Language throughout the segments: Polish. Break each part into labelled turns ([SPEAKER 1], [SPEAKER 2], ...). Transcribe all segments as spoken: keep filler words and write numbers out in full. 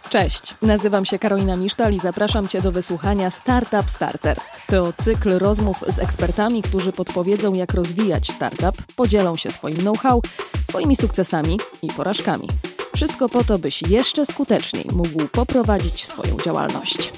[SPEAKER 1] Cześć, nazywam się Karolina Misztal i zapraszam Cię do wysłuchania Startup Starter. To cykl rozmów z ekspertami, którzy podpowiedzą, jak rozwijać startup, podzielą się swoim know-how, swoimi sukcesami i porażkami. Wszystko po to, byś jeszcze skuteczniej mógł poprowadzić swoją działalność.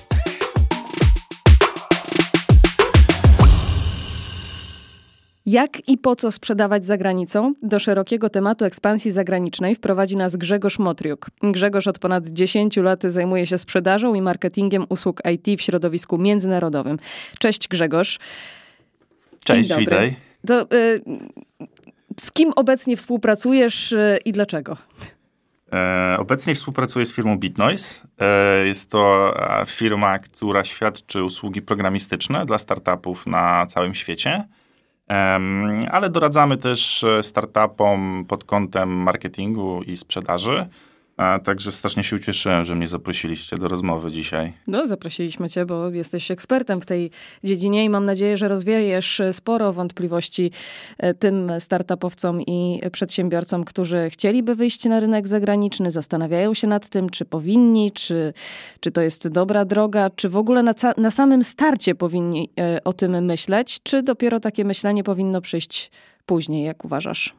[SPEAKER 1] Jak i po co sprzedawać za granicą? Do szerokiego tematu ekspansji zagranicznej wprowadzi nas Grzegorz Motriuk. Grzegorz od ponad dziesięciu lat zajmuje się sprzedażą i marketingiem usług I T w środowisku międzynarodowym. Cześć Grzegorz.
[SPEAKER 2] Cześć, witaj.
[SPEAKER 1] To, y, z kim obecnie współpracujesz y, i dlaczego?
[SPEAKER 2] E, obecnie współpracuję z firmą BitNoise. E, jest to firma, która świadczy usługi programistyczne dla startupów na całym świecie. Ale doradzamy też startupom pod kątem marketingu i sprzedaży. Także strasznie się ucieszyłem, że mnie zaprosiliście do rozmowy dzisiaj.
[SPEAKER 1] No, zaprosiliśmy Cię, bo jesteś ekspertem w tej dziedzinie i mam nadzieję, że rozwiejesz sporo wątpliwości tym startupowcom i przedsiębiorcom, którzy chcieliby wyjść na rynek zagraniczny, zastanawiają się nad tym, czy powinni, czy, czy to jest dobra droga, czy w ogóle na, ca- na samym starcie powinni o tym myśleć, czy dopiero takie myślenie powinno przyjść później, jak uważasz?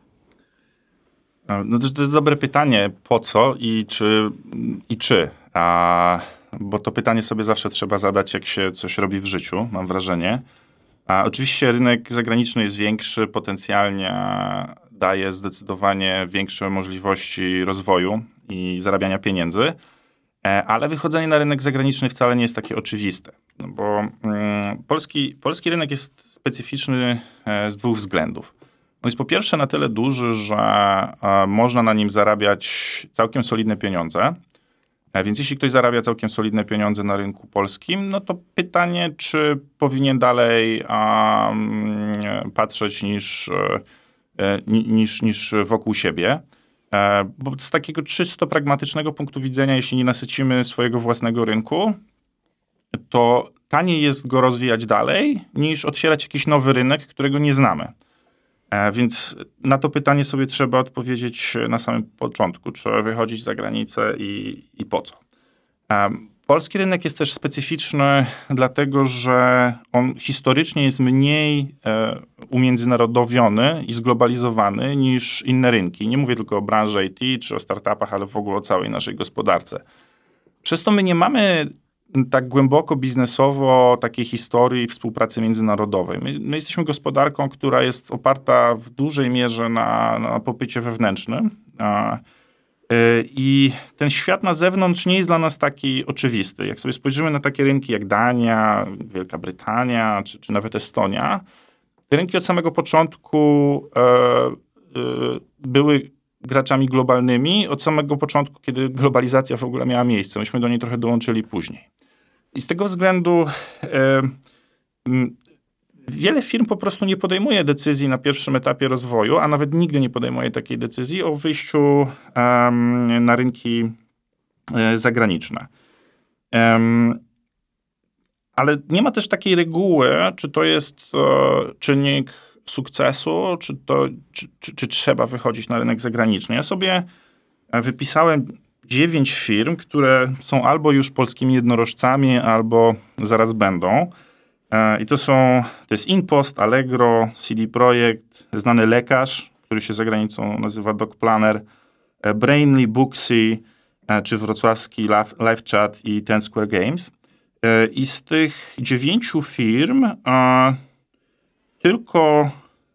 [SPEAKER 2] No to, to jest dobre pytanie, po co i czy, i czy. A, bo to pytanie sobie zawsze trzeba zadać, jak się coś robi w życiu, mam wrażenie. A oczywiście rynek zagraniczny jest większy, potencjalnie daje zdecydowanie większe możliwości rozwoju i zarabiania pieniędzy, ale wychodzenie na rynek zagraniczny wcale nie jest takie oczywiste. No bo mm, polski, polski rynek jest specyficzny z dwóch względów. On jest po pierwsze na tyle duży, że e, można na nim zarabiać całkiem solidne pieniądze. E, więc jeśli ktoś zarabia całkiem solidne pieniądze na rynku polskim, no to pytanie, czy powinien dalej a, m, patrzeć niż, e, niż, niż wokół siebie. E, bo z takiego czysto pragmatycznego punktu widzenia, jeśli nie nasycimy swojego własnego rynku, to taniej jest go rozwijać dalej, niż otwierać jakiś nowy rynek, którego nie znamy. Więc na to pytanie sobie trzeba odpowiedzieć na samym początku, czy wychodzić za granicę i, i po co. Polski rynek jest też specyficzny, dlatego że on historycznie jest mniej umiędzynarodowiony i zglobalizowany niż inne rynki. Nie mówię tylko o branży I T czy o startupach, ale w ogóle o całej naszej gospodarce. Przez to my nie mamy tak głęboko biznesowo takiej historii współpracy międzynarodowej. My, my jesteśmy gospodarką, która jest oparta w dużej mierze na, na popycie wewnętrznym. A, yy, I ten świat na zewnątrz nie jest dla nas taki oczywisty. Jak sobie spojrzymy na takie rynki jak Dania, Wielka Brytania czy, czy nawet Estonia, te rynki od samego początku yy, yy, były graczami globalnymi, od samego początku, kiedy globalizacja w ogóle miała miejsce. Myśmy do niej trochę dołączyli później. I z tego względu e, m, wiele firm po prostu nie podejmuje decyzji na pierwszym etapie rozwoju, a nawet nigdy nie podejmuje takiej decyzji o wyjściu e, na rynki e, zagraniczne. E, ale nie ma też takiej reguły, czy to jest e, czynnik sukcesu, czy, to, czy, czy, czy trzeba wychodzić na rynek zagraniczny. Ja sobie wypisałem dziewięć firm, które są albo już polskimi jednorożcami, albo zaraz będą. I to są, to jest InPost, Allegro, C D Projekt, znany lekarz, który się za granicą nazywa DocPlanner, Brainly, Booksy, czy wrocławski LiveChat i Ten Square Games. I z tych dziewięciu firm tylko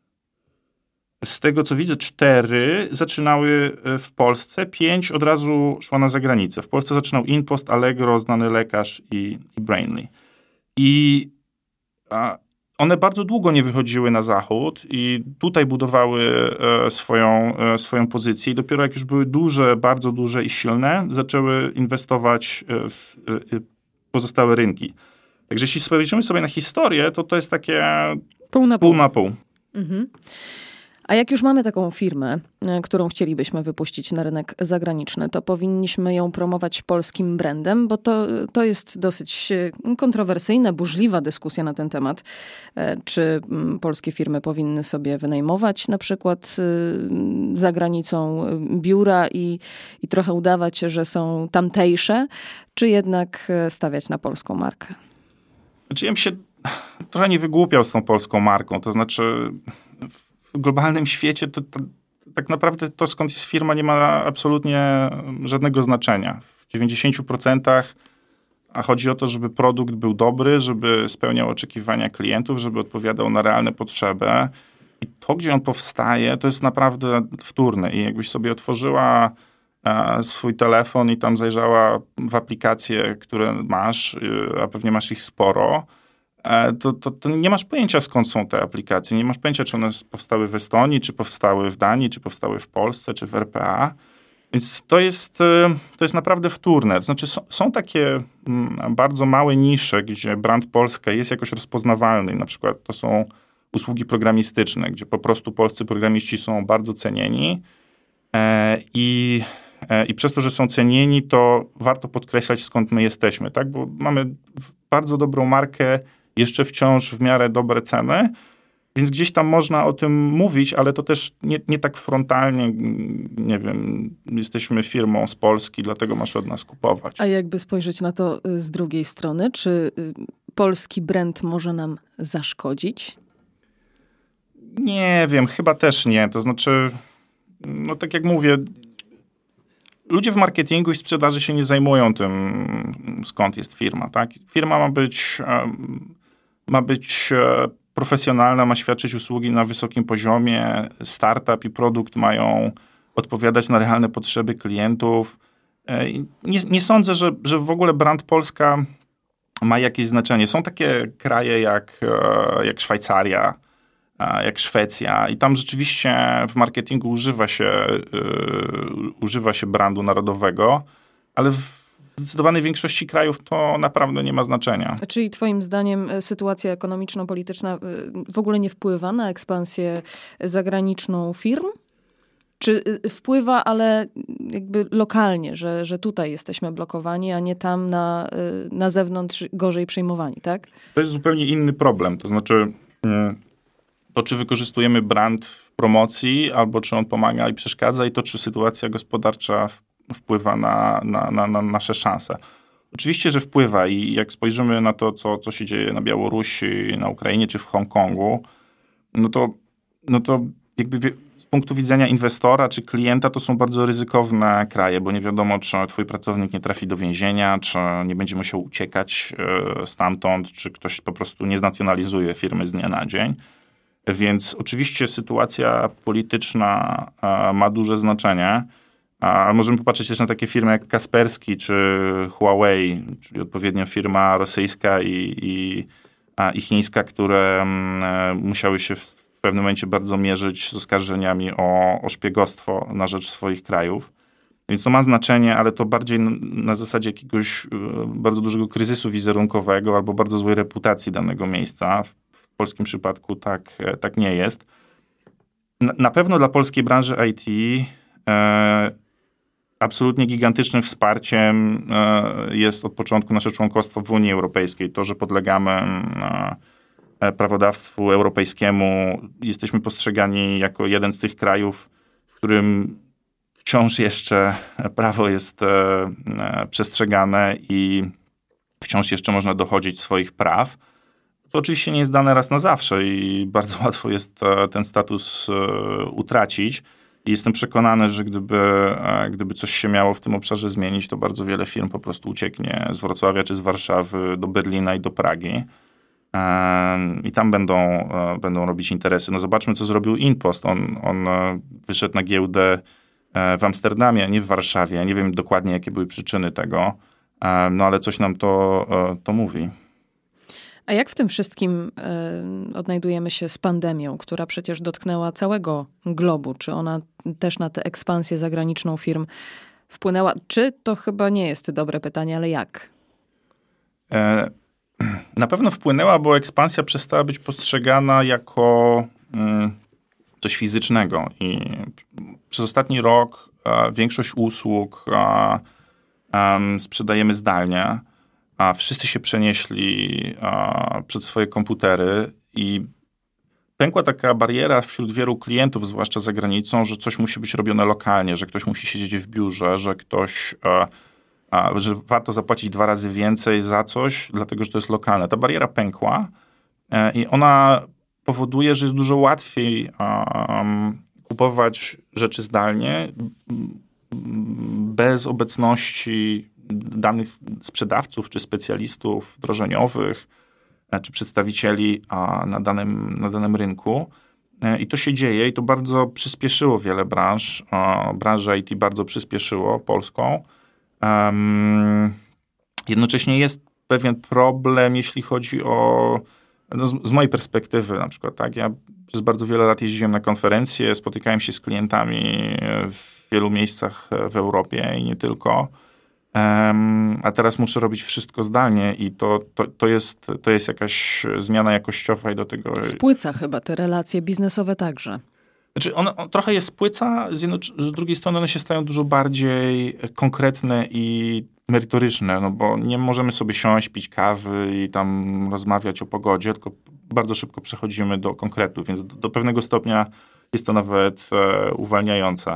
[SPEAKER 2] z tego, co widzę, cztery zaczynały w Polsce, pięć od razu szło na zagranicę. W Polsce zaczynał InPost, Allegro, znany lekarz i, i Brainly. I a, one bardzo długo nie wychodziły na zachód i tutaj budowały e, swoją, e, swoją pozycję. I dopiero jak już były duże, bardzo duże i silne, zaczęły inwestować w e, pozostałe rynki. Także jeśli spojrzymy sobie na historię, to to jest takie
[SPEAKER 1] pół na pół.
[SPEAKER 2] Pół na pół.
[SPEAKER 1] Mhm. A jak już mamy taką firmę, którą chcielibyśmy wypuścić na rynek zagraniczny, to powinniśmy ją promować polskim brandem, bo to, to jest dosyć kontrowersyjna, burzliwa dyskusja na ten temat. Czy polskie firmy powinny sobie wynajmować na przykład za granicą biura i, i trochę udawać, że są tamtejsze, czy jednak stawiać na polską markę?
[SPEAKER 2] Znaczy ja bym się trochę nie wygłupiał z tą polską marką. To znaczy w globalnym świecie to, to, tak naprawdę to, skąd jest firma, nie ma absolutnie żadnego znaczenia. W dziewięćdziesięciu procentach a chodzi o to, żeby produkt był dobry, żeby spełniał oczekiwania klientów, żeby odpowiadał na realne potrzeby. I to, gdzie on powstaje, to jest naprawdę wtórne. I jakbyś sobie otworzyła e, swój telefon i tam zajrzała w aplikacje, które masz, e, a pewnie masz ich sporo, e, to, to, to nie masz pojęcia, skąd są te aplikacje. Nie masz pojęcia, czy one powstały w Estonii, czy powstały w Danii, czy powstały w Polsce, czy w R P A. Więc to jest, to jest naprawdę wtórne. To znaczy są, są takie mm, bardzo małe nisze, gdzie brand Polska jest jakoś rozpoznawalny. Na przykład to są usługi programistyczne, gdzie po prostu polscy programiści są bardzo cenieni e, i, e, i przez to, że są cenieni, to warto podkreślać, skąd my jesteśmy, tak? Bo mamy bardzo dobrą markę, jeszcze wciąż w miarę dobre ceny, więc gdzieś tam można o tym mówić, ale to też nie, nie tak frontalnie, nie wiem, jesteśmy firmą z Polski, dlatego masz od nas kupować.
[SPEAKER 1] A jakby spojrzeć na to z drugiej strony, czy polski brand może nam zaszkodzić?
[SPEAKER 2] Nie wiem, chyba też nie. To znaczy, no tak jak mówię, ludzie w marketingu i sprzedaży się nie zajmują tym, skąd jest firma, tak? Firma ma być, ma być profesjonalna, ma świadczyć usługi na wysokim poziomie, startup i produkt mają odpowiadać na realne potrzeby klientów. Nie, nie sądzę, że, że w ogóle brand Polska ma jakieś znaczenie. Są takie kraje jak, jak Szwajcaria, jak Szwecja i tam rzeczywiście w marketingu używa się, yy, używa się brandu narodowego, ale w zdecydowanej większości krajów to naprawdę nie ma znaczenia.
[SPEAKER 1] Czyli twoim zdaniem sytuacja ekonomiczno-polityczna w ogóle nie wpływa na ekspansję zagraniczną firm? Czy wpływa, ale jakby lokalnie, że, że tutaj jesteśmy blokowani, a nie tam na, na zewnątrz gorzej przyjmowani, tak?
[SPEAKER 2] To jest zupełnie inny problem. To znaczy to, czy wykorzystujemy brand w promocji, albo czy on pomaga i przeszkadza, i to, czy sytuacja gospodarcza wpływa na, na, na, na nasze szanse. Oczywiście, że wpływa i jak spojrzymy na to, co, co się dzieje na Białorusi, na Ukrainie czy w Hongkongu, no to, no to jakby z punktu widzenia inwestora czy klienta to są bardzo ryzykowne kraje, bo nie wiadomo, czy twój pracownik nie trafi do więzienia, czy nie będzie musiał uciekać stamtąd, czy ktoś po prostu nie znacjonalizuje firmy z dnia na dzień. Więc oczywiście sytuacja polityczna ma duże znaczenie. A możemy popatrzeć też na takie firmy jak Kaspersky czy Huawei, czyli odpowiednio firma rosyjska i, i, a, i chińska, które m, musiały się w pewnym momencie bardzo mierzyć z oskarżeniami o, o szpiegostwo na rzecz swoich krajów. Więc to ma znaczenie, ale to bardziej na, na zasadzie jakiegoś y, bardzo dużego kryzysu wizerunkowego albo bardzo złej reputacji danego miejsca. W, w polskim przypadku tak, tak nie jest. Na, na pewno dla polskiej branży I T y, absolutnie gigantycznym wsparciem jest od początku nasze członkostwo w Unii Europejskiej. To, że podlegamy prawodawstwu europejskiemu, jesteśmy postrzegani jako jeden z tych krajów, w którym wciąż jeszcze prawo jest przestrzegane i wciąż jeszcze można dochodzić swoich praw. To oczywiście nie jest dane raz na zawsze i bardzo łatwo jest ten status utracić. I jestem przekonany, że gdyby, gdyby coś się miało w tym obszarze zmienić, to bardzo wiele firm po prostu ucieknie z Wrocławia czy z Warszawy do Berlina i do Pragi. I tam będą, będą robić interesy. No zobaczmy, co zrobił InPost. On, on wyszedł na giełdę w Amsterdamie, a nie w Warszawie. Ja nie wiem dokładnie, jakie były przyczyny tego, no ale coś nam to, to mówi.
[SPEAKER 1] A jak w tym wszystkim y, odnajdujemy się z pandemią, która przecież dotknęła całego globu? Czy ona też na tę ekspansję zagraniczną firm wpłynęła? Czy to chyba nie jest dobre pytanie, ale jak?
[SPEAKER 2] E, na pewno wpłynęła, bo ekspansja przestała być postrzegana jako, y, coś fizycznego. I przez ostatni rok e, większość usług e, e, sprzedajemy zdalnie, a wszyscy się przenieśli e, przed swoje komputery i pękła taka bariera wśród wielu klientów, zwłaszcza za granicą, że coś musi być robione lokalnie, że ktoś musi siedzieć w biurze, że ktoś, e, e, że warto zapłacić dwa razy więcej za coś, dlatego że to jest lokalne. Ta bariera pękła e, i ona powoduje, że jest dużo łatwiej um, kupować rzeczy zdalnie bez obecności danych sprzedawców czy specjalistów wdrożeniowych czy przedstawicieli a, na, danym, na danym rynku. I to się dzieje i to bardzo przyspieszyło wiele branż. A, branżę I T bardzo przyspieszyło, polską. Um, jednocześnie jest pewien problem, jeśli chodzi o no z, z mojej perspektywy na przykład, tak, ja przez bardzo wiele lat jeździłem na konferencje, spotykałem się z klientami w wielu miejscach w Europie i nie tylko, um, a teraz muszę robić wszystko zdalnie i to, to, to, jest, to jest jakaś zmiana jakościowa i do tego...
[SPEAKER 1] Spłyca chyba te relacje biznesowe także.
[SPEAKER 2] Znaczy on, on trochę je spłyca, z, jedno, z drugiej strony one się stają dużo bardziej konkretne i merytoryczne, no bo nie możemy sobie siąść, pić kawy i tam rozmawiać o pogodzie, tylko bardzo szybko przechodzimy do konkretu, więc do, do pewnego stopnia jest to nawet e, uwalniające.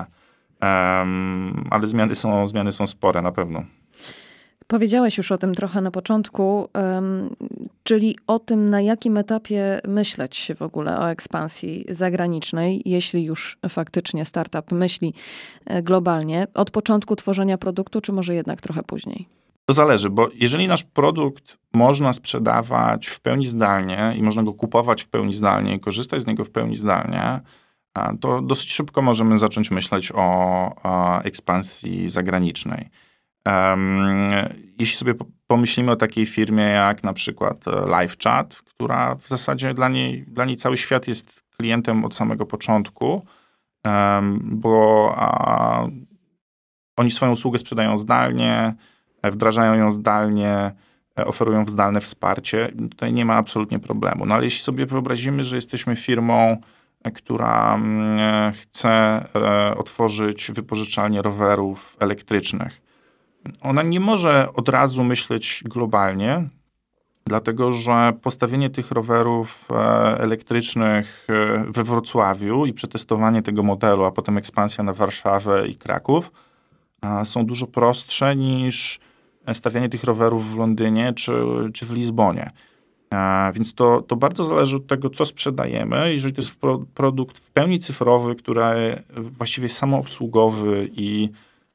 [SPEAKER 2] Um, ale zmiany są, zmiany są spore na pewno.
[SPEAKER 1] Powiedziałeś już o tym trochę na początku, um, czyli o tym, na jakim etapie myśleć w ogóle o ekspansji zagranicznej, jeśli już faktycznie startup myśli globalnie, od początku tworzenia produktu, czy może jednak trochę później?
[SPEAKER 2] To zależy, bo jeżeli nasz produkt można sprzedawać w pełni zdalnie i można go kupować w pełni zdalnie i korzystać z niego w pełni zdalnie, to dosyć szybko możemy zacząć myśleć o, o ekspansji zagranicznej. Um, jeśli sobie pomyślimy o takiej firmie jak na przykład LiveChat, która w zasadzie dla niej, dla niej cały świat jest klientem od samego początku, um, bo a, oni swoją usługę sprzedają zdalnie, wdrażają ją zdalnie, oferują zdalne wsparcie. Tutaj nie ma absolutnie problemu. No ale jeśli sobie wyobrazimy, że jesteśmy firmą, która chce otworzyć wypożyczalnię rowerów elektrycznych, ona nie może od razu myśleć globalnie, dlatego że postawienie tych rowerów elektrycznych we Wrocławiu i przetestowanie tego modelu, a potem ekspansja na Warszawę i Kraków są dużo prostsze niż stawianie tych rowerów w Londynie czy, czy w Lizbonie. Więc to, to bardzo zależy od tego, co sprzedajemy. Jeżeli to jest pro, produkt w pełni cyfrowy, który właściwie jest samoobsługowy i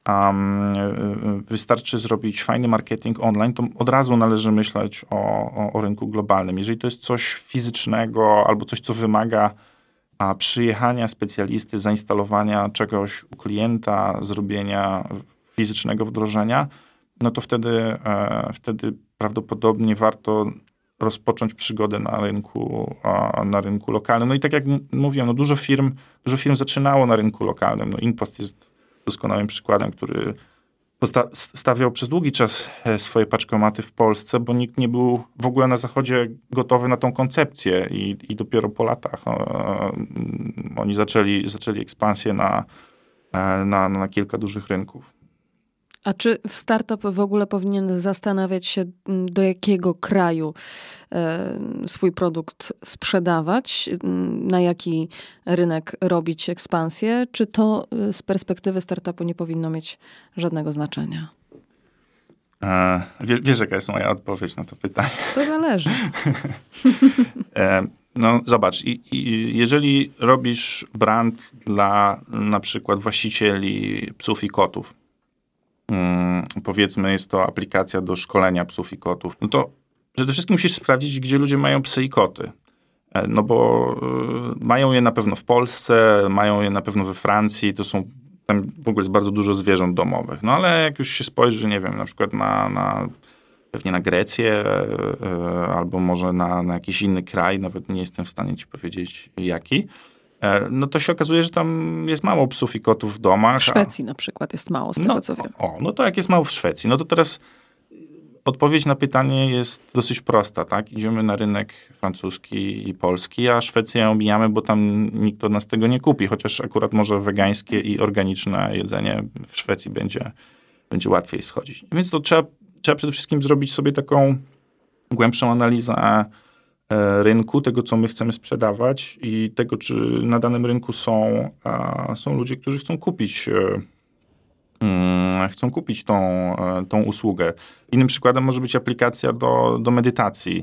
[SPEAKER 2] Um, wystarczy zrobić fajny marketing online, to od razu należy myśleć o, o, o rynku globalnym. Jeżeli to jest coś fizycznego albo coś, co wymaga a, przyjechania specjalisty, zainstalowania czegoś u klienta, zrobienia fizycznego wdrożenia, no to wtedy, e, wtedy prawdopodobnie warto rozpocząć przygodę na rynku, a, na rynku lokalnym. No i tak jak m- mówiłem, no dużo firm, dużo firm zaczynało na rynku lokalnym. No InPost jest doskonałym przykładem, który posta- stawiał przez długi czas swoje paczkomaty w Polsce, bo nikt nie był w ogóle na zachodzie gotowy na tą koncepcję i, i dopiero po latach e, oni zaczęli, zaczęli ekspansję na, na, na kilka dużych rynków.
[SPEAKER 1] A czy startup w ogóle powinien zastanawiać się, do jakiego kraju swój produkt sprzedawać, na jaki rynek robić ekspansję, czy to z perspektywy startupu nie powinno mieć żadnego znaczenia?
[SPEAKER 2] E, wiesz, jaka jest moja odpowiedź na to pytanie?
[SPEAKER 1] To zależy.
[SPEAKER 2] e, no zobacz, i, i jeżeli robisz brand dla na przykład właścicieli psów i kotów, Hmm, powiedzmy jest to aplikacja do szkolenia psów i kotów, no to przede wszystkim musisz sprawdzić, gdzie ludzie mają psy i koty. No bo y, mają je na pewno w Polsce, mają je na pewno we Francji, to są, tam w ogóle jest bardzo dużo zwierząt domowych. No ale jak już się spojrzy, nie wiem, na przykład na, na pewnie na Grecję y, y, albo może na, na jakiś inny kraj, nawet nie jestem w stanie ci powiedzieć jaki, no to się okazuje, że tam jest mało psów i kotów w domach.
[SPEAKER 1] W Szwecji a... na przykład jest mało, z tego
[SPEAKER 2] no,
[SPEAKER 1] co wiem.
[SPEAKER 2] O, no to jak jest mało w Szwecji, no to teraz odpowiedź na pytanie jest dosyć prosta, tak? Idziemy na rynek francuski i polski, a Szwecję omijamy, bo tam nikt od nas tego nie kupi, chociaż akurat może wegańskie i organiczne jedzenie w Szwecji będzie, będzie łatwiej schodzić. Więc to trzeba, trzeba przede wszystkim zrobić sobie taką głębszą analizę rynku, tego, co my chcemy sprzedawać i tego, czy na danym rynku są, są ludzie, którzy chcą kupić chcą kupić tą, tą usługę. Innym przykładem może być aplikacja do, do medytacji.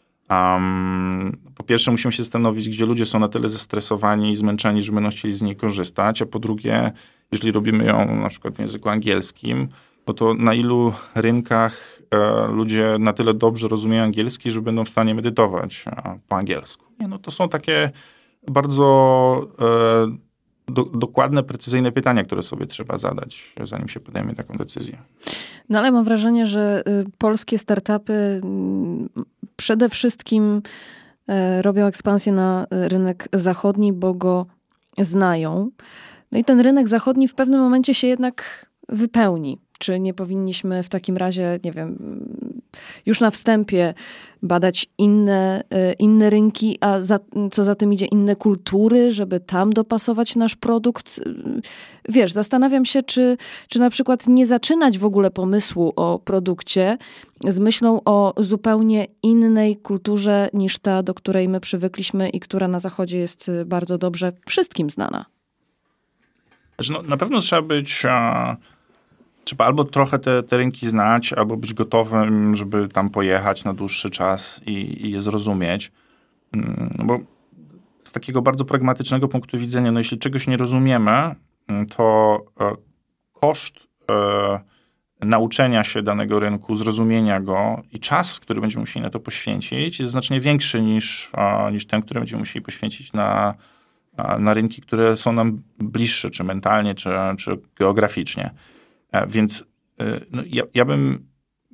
[SPEAKER 2] Um, po pierwsze musimy się zastanowić, gdzie ludzie są na tyle zestresowani i zmęczeni, że będą chcieli z niej korzystać, a po drugie, jeżeli robimy ją na przykład w języku angielskim, no to na ilu rynkach e, ludzie na tyle dobrze rozumieją angielski, że będą w stanie medytować e, po angielsku. Nie, no to są takie bardzo e, Do, dokładne, precyzyjne pytania, które sobie trzeba zadać, zanim się podejmie taką decyzję.
[SPEAKER 1] No ale mam wrażenie, że y, polskie startupy y, przede wszystkim y, robią ekspansję na rynek zachodni, bo go znają. No i ten rynek zachodni w pewnym momencie się jednak wypełni. Czy nie powinniśmy w takim razie, nie wiem, już na wstępie badać inne, inne rynki, a za, co za tym idzie inne kultury, żeby tam dopasować nasz produkt? Wiesz, zastanawiam się, czy, czy na przykład nie zaczynać w ogóle pomysłu o produkcie z myślą o zupełnie innej kulturze niż ta, do której my przywykliśmy i która na Zachodzie jest bardzo dobrze wszystkim znana.
[SPEAKER 2] Znaczy, no, na pewno trzeba być... A... Trzeba albo trochę te, te rynki znać, albo być gotowym, żeby tam pojechać na dłuższy czas i, i je zrozumieć. No bo z takiego bardzo pragmatycznego punktu widzenia, no jeśli czegoś nie rozumiemy, to koszt e, nauczenia się danego rynku, zrozumienia go i czas, który będziemy musieli na to poświęcić, jest znacznie większy niż, a, niż ten, który będziemy musieli poświęcić na, a, na rynki, które są nam bliższe, czy mentalnie, czy, czy geograficznie. Więc no, ja, ja bym...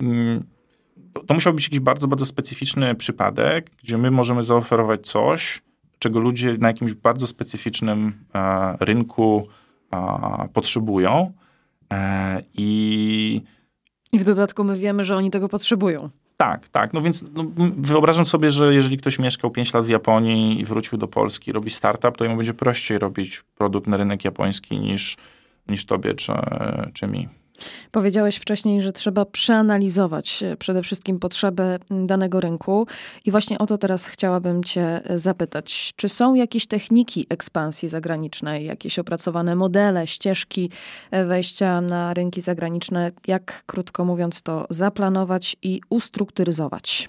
[SPEAKER 2] To, to musiał być jakiś bardzo, bardzo specyficzny przypadek, gdzie my możemy zaoferować coś, czego ludzie na jakimś bardzo specyficznym e, rynku e, potrzebują. E, i,
[SPEAKER 1] I w dodatku my wiemy, że oni tego potrzebują.
[SPEAKER 2] Tak, tak. No więc no, wyobrażam sobie, że jeżeli ktoś mieszkał pięć lat w Japonii i wrócił do Polski, robi startup, to jemu będzie prościej robić produkt na rynek japoński niż niż tobie czy, czy mi.
[SPEAKER 1] Powiedziałeś wcześniej, że trzeba przeanalizować przede wszystkim potrzeby danego rynku i właśnie o to teraz chciałabym cię zapytać. Czy są jakieś techniki ekspansji zagranicznej, jakieś opracowane modele, ścieżki wejścia na rynki zagraniczne? Jak, krótko mówiąc, to zaplanować i ustrukturyzować?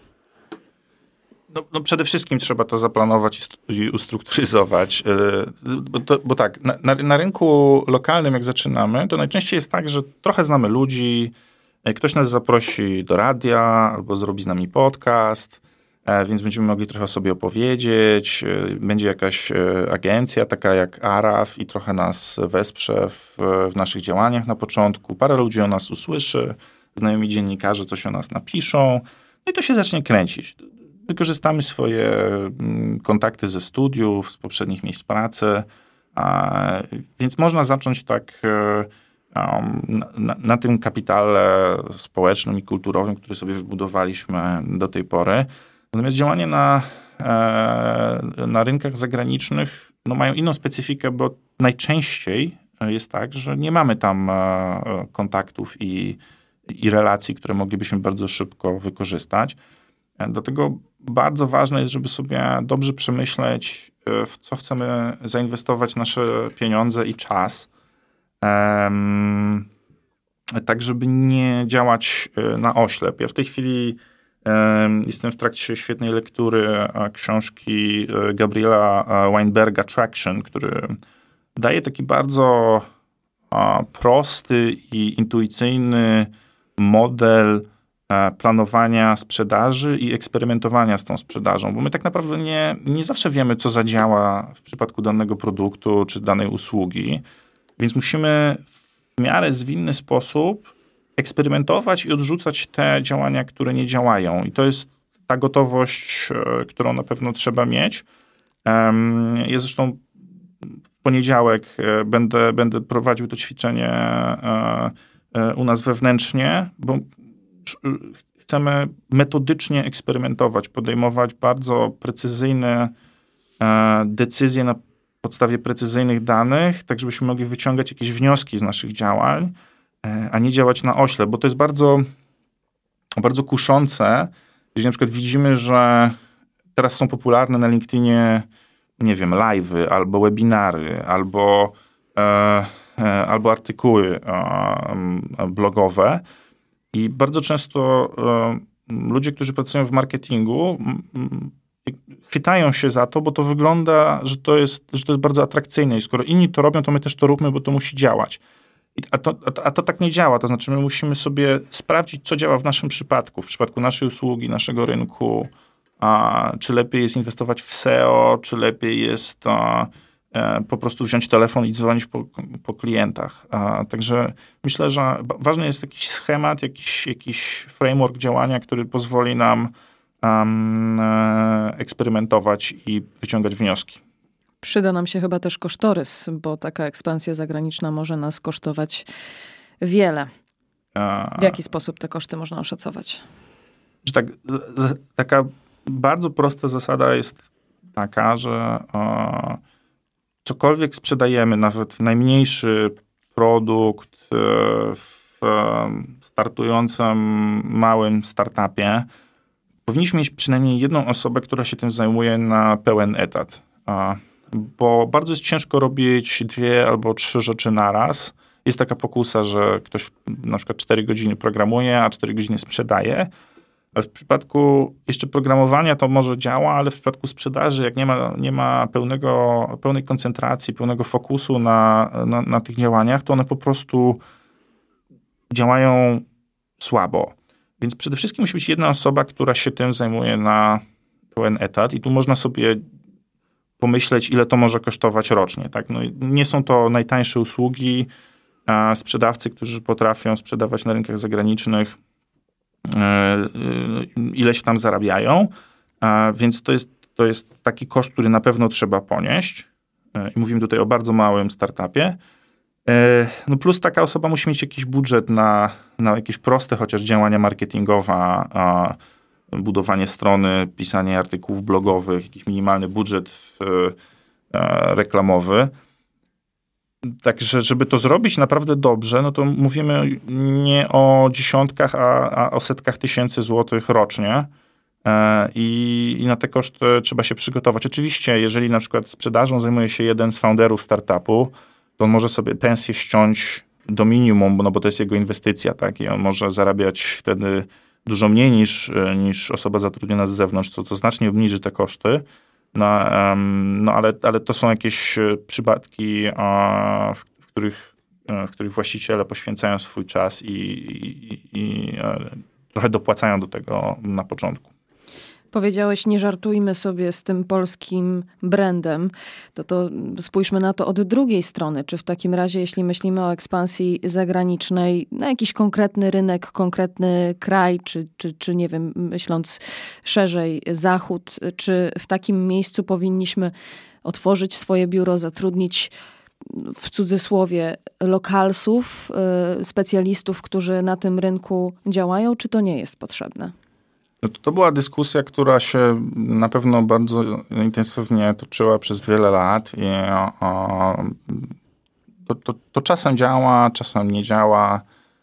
[SPEAKER 2] No, no przede wszystkim trzeba to zaplanować i ustrukturyzować, bo, to, bo tak, na, na, na rynku lokalnym jak zaczynamy, to najczęściej jest tak, że trochę znamy ludzi, ktoś nas zaprosi do radia albo zrobi z nami podcast, więc będziemy mogli trochę o sobie opowiedzieć, będzie jakaś agencja taka jak Araf i trochę nas wesprze w, w naszych działaniach na początku, parę ludzi o nas usłyszy, znajomi dziennikarze coś o nas napiszą, no i to się zacznie kręcić. Wykorzystamy swoje kontakty ze studiów, z poprzednich miejsc pracy, a, więc można zacząć tak um, na, na tym kapitale społecznym i kulturowym, który sobie wybudowaliśmy do tej pory. Natomiast działania na, e, na rynkach zagranicznych no, mają inną specyfikę, bo najczęściej jest tak, że nie mamy tam e, kontaktów i, i relacji, które moglibyśmy bardzo szybko wykorzystać. Dlatego bardzo ważne jest, żeby sobie dobrze przemyśleć, w co chcemy zainwestować nasze pieniądze i czas, um, tak żeby nie działać na oślep. Ja w tej chwili um, jestem w trakcie świetnej lektury książki Gabriela Weinberga Traction, który daje taki bardzo a, prosty i intuicyjny model planowania sprzedaży i eksperymentowania z tą sprzedażą, bo my tak naprawdę nie, nie zawsze wiemy, co zadziała w przypadku danego produktu czy danej usługi, więc musimy w miarę zwinny sposób eksperymentować i odrzucać te działania, które nie działają. I to jest ta gotowość, którą na pewno trzeba mieć. Ja zresztą w poniedziałek będę, będę prowadził to ćwiczenie u nas wewnętrznie, bo chcemy metodycznie eksperymentować, podejmować bardzo precyzyjne e, decyzje na podstawie precyzyjnych danych, tak żebyśmy mogli wyciągać jakieś wnioski z naszych działań, e, a nie działać na oślep, bo to jest bardzo, bardzo kuszące, jeżeli na przykład widzimy, że teraz są popularne na LinkedInie, nie wiem, live'y, albo webinary, albo, e, e, albo artykuły e, blogowe. I bardzo często e, ludzie, którzy pracują w marketingu, m, chwytają się za to, bo to wygląda, że to jest, że to jest bardzo atrakcyjne. I skoro inni to robią, to my też to róbmy, bo to musi działać. I, a, to, a, to, a to tak nie działa. To znaczy my musimy sobie sprawdzić, co działa w naszym przypadku, w przypadku naszej usługi, naszego rynku. A, czy lepiej jest inwestować w S E O, czy lepiej jest a, a, po prostu wziąć telefon i dzwonić po, po klientach. A, także myślę, że ważny jest jakiś schemat, jakiś, jakiś framework działania, który pozwoli nam um, e, eksperymentować i wyciągać wnioski.
[SPEAKER 1] Przyda nam się chyba też kosztorys, bo taka ekspansja zagraniczna może nas kosztować wiele. A, w jaki sposób te koszty można oszacować?
[SPEAKER 2] Że tak, taka bardzo prosta zasada jest taka, że e, cokolwiek sprzedajemy, nawet najmniejszy produkt e, w e, startującym małym startupie, powinniśmy mieć przynajmniej jedną osobę, która się tym zajmuje na pełen etat. E, bo bardzo jest ciężko robić dwie albo trzy rzeczy naraz. Jest taka pokusa, że ktoś na przykład cztery godziny programuje, a cztery godziny sprzedaje. Ale w przypadku jeszcze programowania to może działa, ale w przypadku sprzedaży, jak nie ma, nie ma pełnego, pełnej koncentracji, pełnego fokusu na, na, na tych działaniach, to one po prostu działają słabo. Więc przede wszystkim musi być jedna osoba, która się tym zajmuje na pełen etat i tu można sobie pomyśleć, ile to może kosztować rocznie. Tak? No, nie są to najtańsze usługi, a sprzedawcy, którzy potrafią sprzedawać na rynkach zagranicznych, ile się tam zarabiają, więc to jest, to jest taki koszt, który na pewno trzeba ponieść. I mówimy tutaj o bardzo małym startupie. No plus taka osoba musi mieć jakiś budżet na, na jakieś proste chociaż działania marketingowe, budowanie strony, pisanie artykułów blogowych, jakiś minimalny budżet reklamowy. Także, żeby to zrobić naprawdę dobrze, no to mówimy nie o dziesiątkach, a, a o setkach tysięcy złotych rocznie. E, i, I na te koszty trzeba się przygotować. Oczywiście, jeżeli na przykład sprzedażą zajmuje się jeden z founderów startupu, to on może sobie pensję ściąć do minimum, no bo to jest jego inwestycja, tak? I on może zarabiać wtedy dużo mniej niż, niż osoba zatrudniona z zewnątrz, co, co znacznie obniży te koszty. No, um, no ale, ale to są jakieś przypadki, uh, w, w, których, uh, w których właściciele poświęcają swój czas i, i, i uh, trochę dopłacają do tego na początku.
[SPEAKER 1] Powiedziałeś, nie żartujmy sobie z tym polskim brandem. To, to spójrzmy na to od drugiej strony. Czy w takim razie, jeśli myślimy o ekspansji zagranicznej na jakiś konkretny rynek, konkretny kraj, czy, czy, czy nie wiem, myśląc szerzej, Zachód, czy w takim miejscu powinniśmy otworzyć swoje biuro, zatrudnić w cudzysłowie lokalsów, specjalistów, którzy na tym rynku działają, czy to nie jest potrzebne?
[SPEAKER 2] No to, to była dyskusja, która się na pewno bardzo intensywnie toczyła przez wiele lat i o, to, to, to czasem działa, czasem nie działa.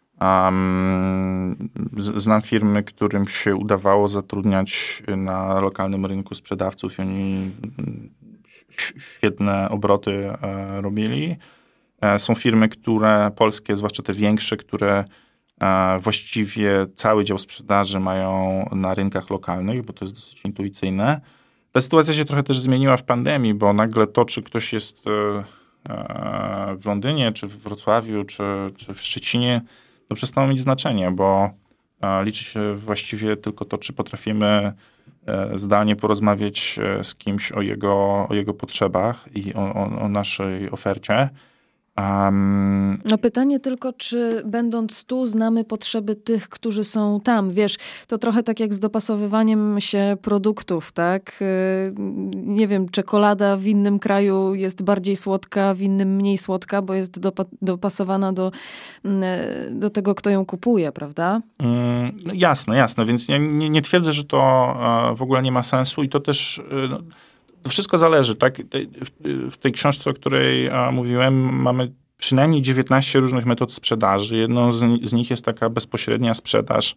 [SPEAKER 2] Um, znam firmy, którym się udawało zatrudniać na lokalnym rynku sprzedawców i oni świetne obroty e, robili. E, są firmy, które polskie, zwłaszcza te większe, które właściwie cały dział sprzedaży mają na rynkach lokalnych, bo to jest dosyć intuicyjne. Ta sytuacja się trochę też zmieniła w pandemii, bo nagle to, czy ktoś jest w Londynie, czy w Wrocławiu, czy, czy w Szczecinie, to przestało mieć znaczenie, bo liczy się właściwie tylko to, czy potrafimy zdalnie porozmawiać z kimś o jego, o jego potrzebach i o, o, o naszej ofercie.
[SPEAKER 1] Um, no pytanie tylko, czy będąc tu znamy potrzeby tych, którzy są tam. Wiesz, to trochę tak jak z dopasowywaniem się produktów, tak? Nie wiem, czekolada w innym kraju jest bardziej słodka, w innym mniej słodka, bo jest dopa- dopasowana do, do tego, kto ją kupuje, prawda?
[SPEAKER 2] Mm, no jasne, jasne. Więc nie, nie, nie twierdzę, że to w ogóle nie ma sensu i to też... No, to wszystko zależy, tak? W tej książce, o której mówiłem, mamy przynajmniej dziewiętnaście różnych metod sprzedaży. Jedną z, z nich jest taka bezpośrednia sprzedaż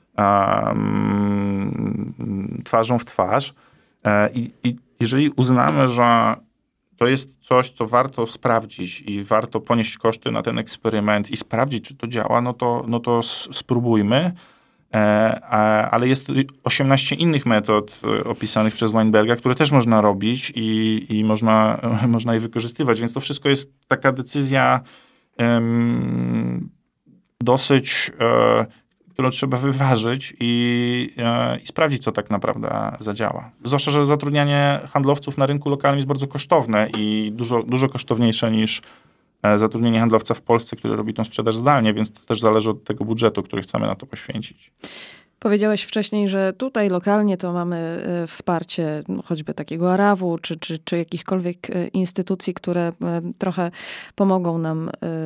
[SPEAKER 2] um, twarzą w twarz. I, I jeżeli uznamy, że to jest coś, co warto sprawdzić i warto ponieść koszty na ten eksperyment i sprawdzić, czy to działa, no to, no to spróbujmy. Ale jest osiemnaście innych metod opisanych przez Weinberga, które też można robić i, i można, można je wykorzystywać. Więc to wszystko jest taka decyzja um, dosyć, e, którą trzeba wyważyć i, e, i sprawdzić, co tak naprawdę zadziała. Zwłaszcza, że zatrudnianie handlowców na rynku lokalnym jest bardzo kosztowne i dużo, dużo kosztowniejsze niż zatrudnienie handlowca w Polsce, który robi tą sprzedaż zdalnie, więc to też zależy od tego budżetu, który chcemy na to poświęcić.
[SPEAKER 1] Powiedziałeś wcześniej, że tutaj lokalnie to mamy wsparcie no, choćby takiego Arawu, czy, czy, czy jakichkolwiek instytucji, które trochę pomogą nam,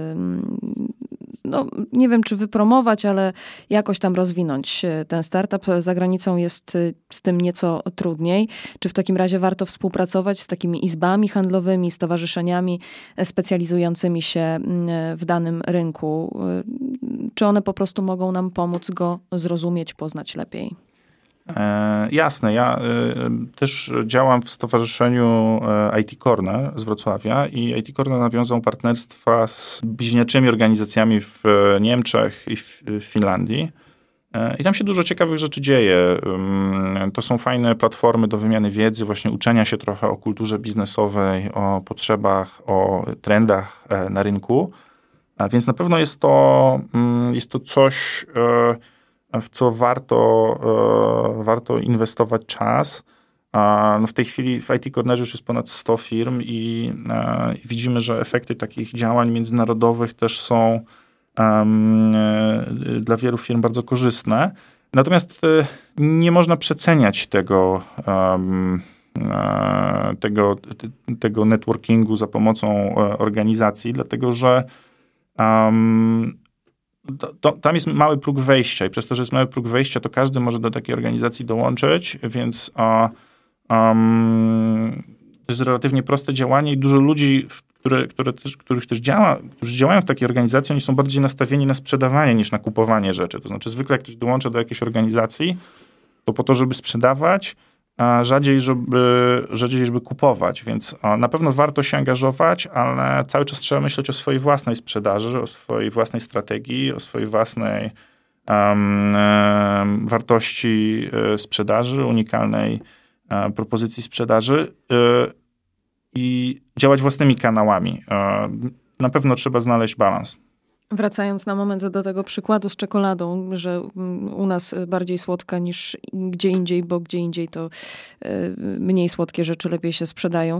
[SPEAKER 1] no nie wiem czy wypromować, ale jakoś tam rozwinąć ten startup. Za granicą jest z tym nieco trudniej. Czy w takim razie warto współpracować z takimi izbami handlowymi, stowarzyszeniami specjalizującymi się w danym rynku? Czy one po prostu mogą nam pomóc go zrozumieć, poznać lepiej?
[SPEAKER 2] E, jasne. Ja e, też działam w stowarzyszeniu e, I T Corner z Wrocławia i I T Corner nawiązał partnerstwa z bliźniaczymi organizacjami w Niemczech i w, w Finlandii. E, I tam się dużo ciekawych rzeczy dzieje. E, to są fajne platformy do wymiany wiedzy, właśnie uczenia się trochę o kulturze biznesowej, o potrzebach, o trendach e, na rynku. A więc na pewno jest to, jest to coś, w co warto, warto inwestować czas. No w tej chwili w I T Cornerze już jest ponad sto firm i widzimy, że efekty takich działań międzynarodowych też są dla wielu firm bardzo korzystne. Natomiast nie można przeceniać tego, tego, tego networkingu za pomocą organizacji, dlatego że Um, to, to, tam jest mały próg wejścia i przez to, że jest mały próg wejścia, to każdy może do takiej organizacji dołączyć, więc uh, um, to jest relatywnie proste działanie i dużo ludzi, które, które też, których też działa, którzy działają w takiej organizacji, oni są bardziej nastawieni na sprzedawanie niż na kupowanie rzeczy. To znaczy zwykle jak ktoś dołącza do jakiejś organizacji, to po to, żeby sprzedawać, a rzadziej, żeby, rzadziej, żeby kupować, więc na pewno warto się angażować, ale cały czas trzeba myśleć o swojej własnej sprzedaży, o swojej własnej strategii, o swojej własnej um, um, wartości sprzedaży, unikalnej um, propozycji sprzedaży um, i działać własnymi kanałami. Um, na pewno trzeba znaleźć balans.
[SPEAKER 1] Wracając na moment do tego przykładu z czekoladą, że u nas bardziej słodka niż gdzie indziej, bo gdzie indziej to mniej słodkie rzeczy lepiej się sprzedają.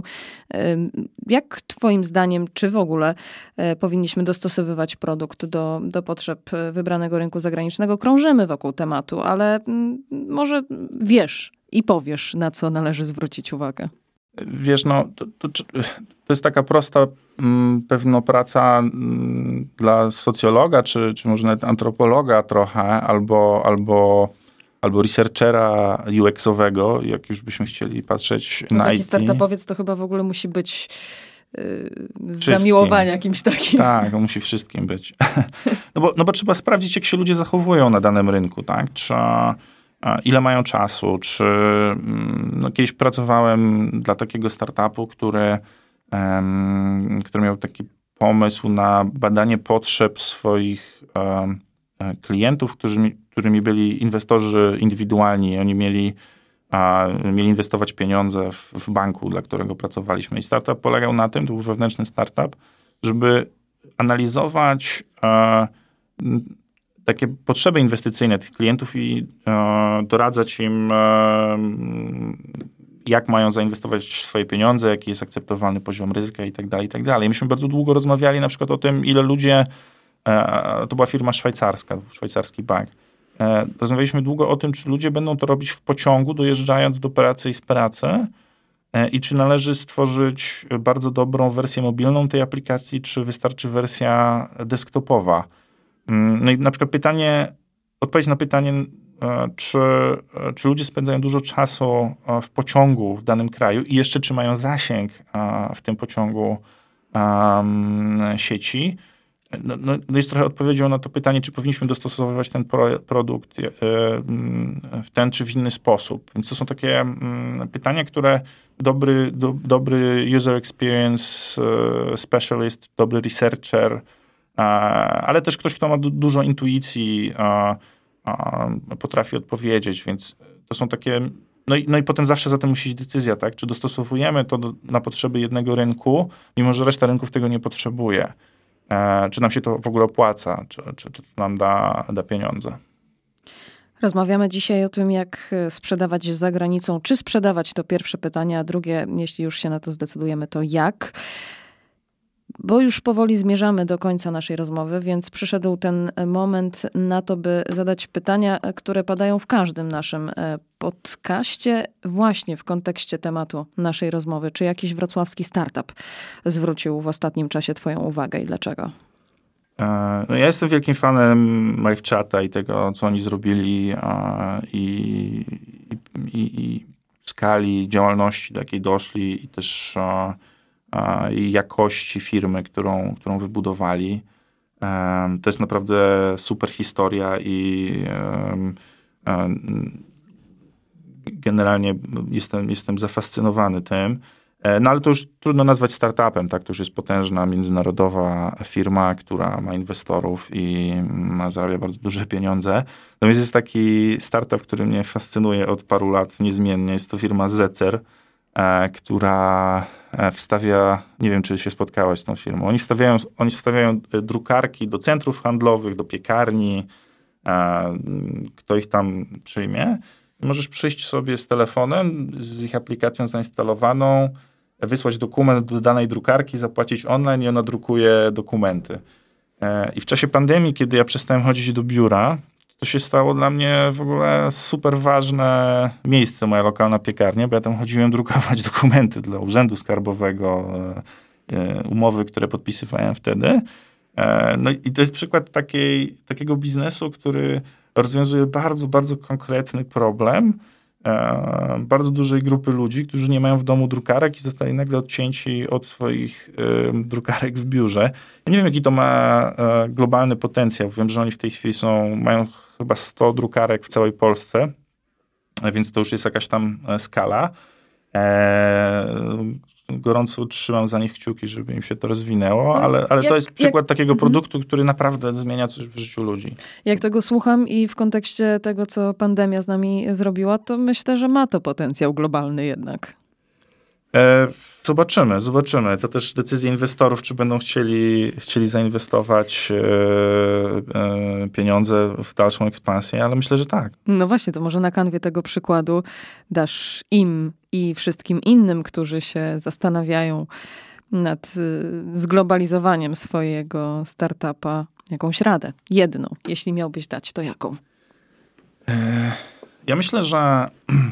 [SPEAKER 1] Jak twoim zdaniem, czy w ogóle powinniśmy dostosowywać produkt do, do potrzeb wybranego rynku zagranicznego? Krążymy wokół tematu, ale może wiesz i powiesz, na co należy zwrócić uwagę.
[SPEAKER 2] Wiesz, no, to, to, to jest taka prosta m, pewno praca m, dla socjologa, czy, czy może nawet antropologa trochę, albo, albo, albo researchera U X-owego, jak już byśmy chcieli patrzeć
[SPEAKER 1] no
[SPEAKER 2] na
[SPEAKER 1] taki
[SPEAKER 2] I T.
[SPEAKER 1] startupowiec to chyba w ogóle musi być yy, z zamiłowania kimś takim.
[SPEAKER 2] Tak, on musi wszystkim być. no, bo, no bo trzeba sprawdzić, jak się ludzie zachowują na danym rynku, tak? Czy ile mają czasu, czy no, kiedyś pracowałem dla takiego startupu, który, um, który miał taki pomysł na badanie potrzeb swoich um, klientów, którzy, którymi byli inwestorzy indywidualni. Oni mieli, a, mieli inwestować pieniądze w, w banku, dla którego pracowaliśmy. I startup polegał na tym, to był wewnętrzny startup, żeby analizować a, takie potrzeby inwestycyjne tych klientów i e, doradzać im, e, jak mają zainwestować swoje pieniądze, jaki jest akceptowalny poziom ryzyka i tak dalej, i tak dalej. Myśmy bardzo długo rozmawiali na przykład o tym, ile ludzie, to była firma szwajcarska, szwajcarski bank, rozmawialiśmy długo o tym, czy ludzie będą to robić w pociągu, dojeżdżając do pracy i z pracy, i czy należy stworzyć bardzo dobrą wersję mobilną tej aplikacji, czy wystarczy wersja desktopowa. No i na przykład pytanie, odpowiedź na pytanie, czy, czy ludzie spędzają dużo czasu w pociągu w danym kraju i jeszcze czy mają zasięg w tym pociągu um, sieci, no, no jest trochę odpowiedzią na to pytanie, czy powinniśmy dostosowywać ten pro, produkt w ten czy w inny sposób. Więc to są takie um, pytania, które dobry, do, dobry user experience uh, specialist, dobry researcher, uh, ale też ktoś, kto ma du- dużo intuicji, uh, potrafi odpowiedzieć, więc to są takie, no i, no i potem zawsze za tym musi iść decyzja, tak, czy dostosowujemy to do, na potrzeby jednego rynku, mimo że reszta rynków tego nie potrzebuje, e, czy nam się to w ogóle opłaca, czy, czy, czy to nam da, da pieniądze.
[SPEAKER 1] Rozmawiamy dzisiaj o tym, jak sprzedawać za granicą, czy sprzedawać, to pierwsze pytanie, a drugie, jeśli już się na to zdecydujemy, to jak? Bo już powoli zmierzamy do końca naszej rozmowy, więc przyszedł ten moment na to, by zadać pytania, które padają w każdym naszym podcaście, właśnie w kontekście tematu naszej rozmowy. Czy jakiś wrocławski startup zwrócił w ostatnim czasie twoją uwagę i dlaczego?
[SPEAKER 2] No ja jestem wielkim fanem LiveChata i tego, co oni zrobili i, i, i skali działalności, do jakiej doszli i też i jakości firmy, którą, którą wybudowali. To jest naprawdę super historia i generalnie jestem, jestem zafascynowany tym. No ale to już trudno nazwać startupem, tak? To już jest potężna międzynarodowa firma, która ma inwestorów i ma, zarabia bardzo duże pieniądze. Natomiast jest taki startup, który mnie fascynuje od paru lat niezmiennie. Jest to firma Zecer, która wstawia, nie wiem, czy się spotkałeś z tą firmą, oni wstawiają, oni wstawiają drukarki do centrów handlowych, do piekarni, kto ich tam przyjmie. Możesz przyjść sobie z telefonem, z ich aplikacją zainstalowaną, wysłać dokument do danej drukarki, zapłacić online i ona drukuje dokumenty. I w czasie pandemii, kiedy ja przestałem chodzić do biura, to się stało dla mnie w ogóle super ważne miejsce, moja lokalna piekarnia, bo ja tam chodziłem drukować dokumenty dla Urzędu Skarbowego, umowy, które podpisywałem wtedy. No i to jest przykład takiej, takiego biznesu, który rozwiązuje bardzo, bardzo konkretny problem bardzo dużej grupy ludzi, którzy nie mają w domu drukarek i zostali nagle odcięci od swoich drukarek w biurze. Ja nie wiem, jaki to ma globalny potencjał. Wiem, że oni w tej chwili są, mają chyba sto drukarek w całej Polsce, więc to już jest jakaś tam skala. Gorąco trzymam za nich kciuki, żeby im się to rozwinęło, ale, ale jak, to jest przykład jak, takiego produktu, który naprawdę zmienia coś w życiu ludzi.
[SPEAKER 1] Jak tego słucham i w kontekście tego, co pandemia z nami zrobiła, to myślę, że ma to potencjał globalny jednak.
[SPEAKER 2] E, zobaczymy, zobaczymy. To też decyzja inwestorów, czy będą chcieli, chcieli zainwestować e, e, pieniądze w dalszą ekspansję, ale myślę, że tak.
[SPEAKER 1] No właśnie, to może na kanwie tego przykładu dasz im i wszystkim innym, którzy się zastanawiają nad zglobalizowaniem swojego startupa, jakąś radę. Jedną. Jeśli miałbyś dać, to jaką?
[SPEAKER 2] E, ja myślę, że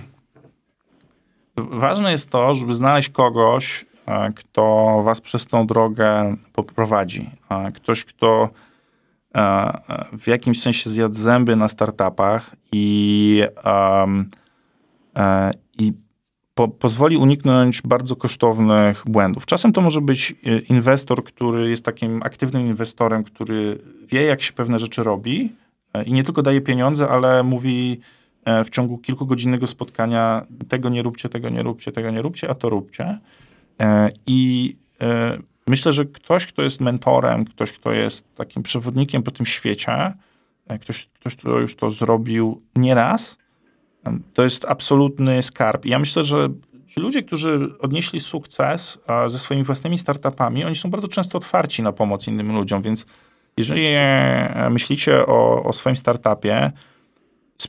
[SPEAKER 2] ważne jest to, żeby znaleźć kogoś, kto was przez tą drogę poprowadzi. Ktoś, kto w jakimś sensie zjadł zęby na startupach i, um, i po, pozwoli uniknąć bardzo kosztownych błędów. Czasem to może być inwestor, który jest takim aktywnym inwestorem, który wie, jak się pewne rzeczy robi i nie tylko daje pieniądze, ale mówi w ciągu kilkugodzinnego spotkania tego nie róbcie, tego nie róbcie, tego nie róbcie, a to róbcie. I myślę, że ktoś, kto jest mentorem, ktoś, kto jest takim przewodnikiem po tym świecie, ktoś, ktoś kto już to zrobił nieraz, to jest absolutny skarb. I ja myślę, że ci ludzie, którzy odnieśli sukces ze swoimi własnymi startupami, oni są bardzo często otwarci na pomoc innym ludziom, więc jeżeli myślicie o, o swoim startupie,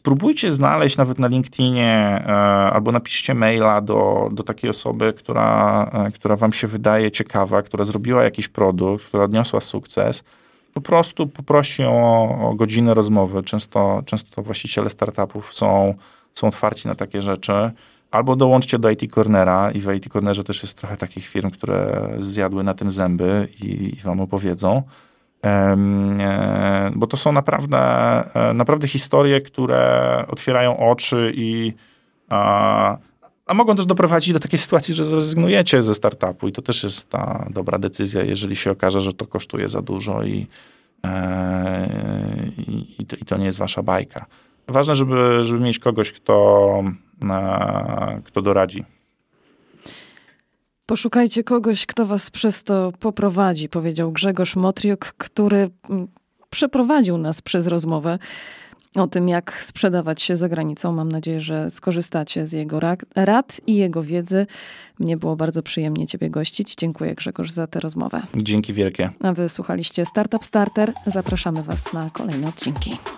[SPEAKER 2] spróbujcie znaleźć nawet na LinkedInie albo napiszcie maila do, do takiej osoby, która, która wam się wydaje ciekawa, która zrobiła jakiś produkt, która odniosła sukces. Po prostu poprosi o, o godzinę rozmowy. Często, często właściciele startupów są, są otwarci na takie rzeczy. Albo dołączcie do I T Cornera i w I T Cornerze też jest trochę takich firm, które zjadły na tym zęby i, i wam opowiedzą. Um, e, bo to są naprawdę, e, naprawdę historie, które otwierają oczy i a, a mogą też doprowadzić do takiej sytuacji, że zrezygnujecie ze startupu i to też jest ta dobra decyzja, jeżeli się okaże, że to kosztuje za dużo i, e, i, i, to, i to nie jest wasza bajka. Ważne, żeby, żeby mieć kogoś, kto, e, kto doradzi.
[SPEAKER 1] Poszukajcie kogoś, kto was przez to poprowadzi, powiedział Grzegorz Motriuk, który przeprowadził nas przez rozmowę o tym, jak sprzedawać się za granicą. Mam nadzieję, że skorzystacie z jego rad i jego wiedzy. Mnie było bardzo przyjemnie ciebie gościć. Dziękuję, Grzegorz, za tę rozmowę.
[SPEAKER 2] Dzięki wielkie.
[SPEAKER 1] A wy słuchaliście Startup Starter. Zapraszamy was na kolejne odcinki.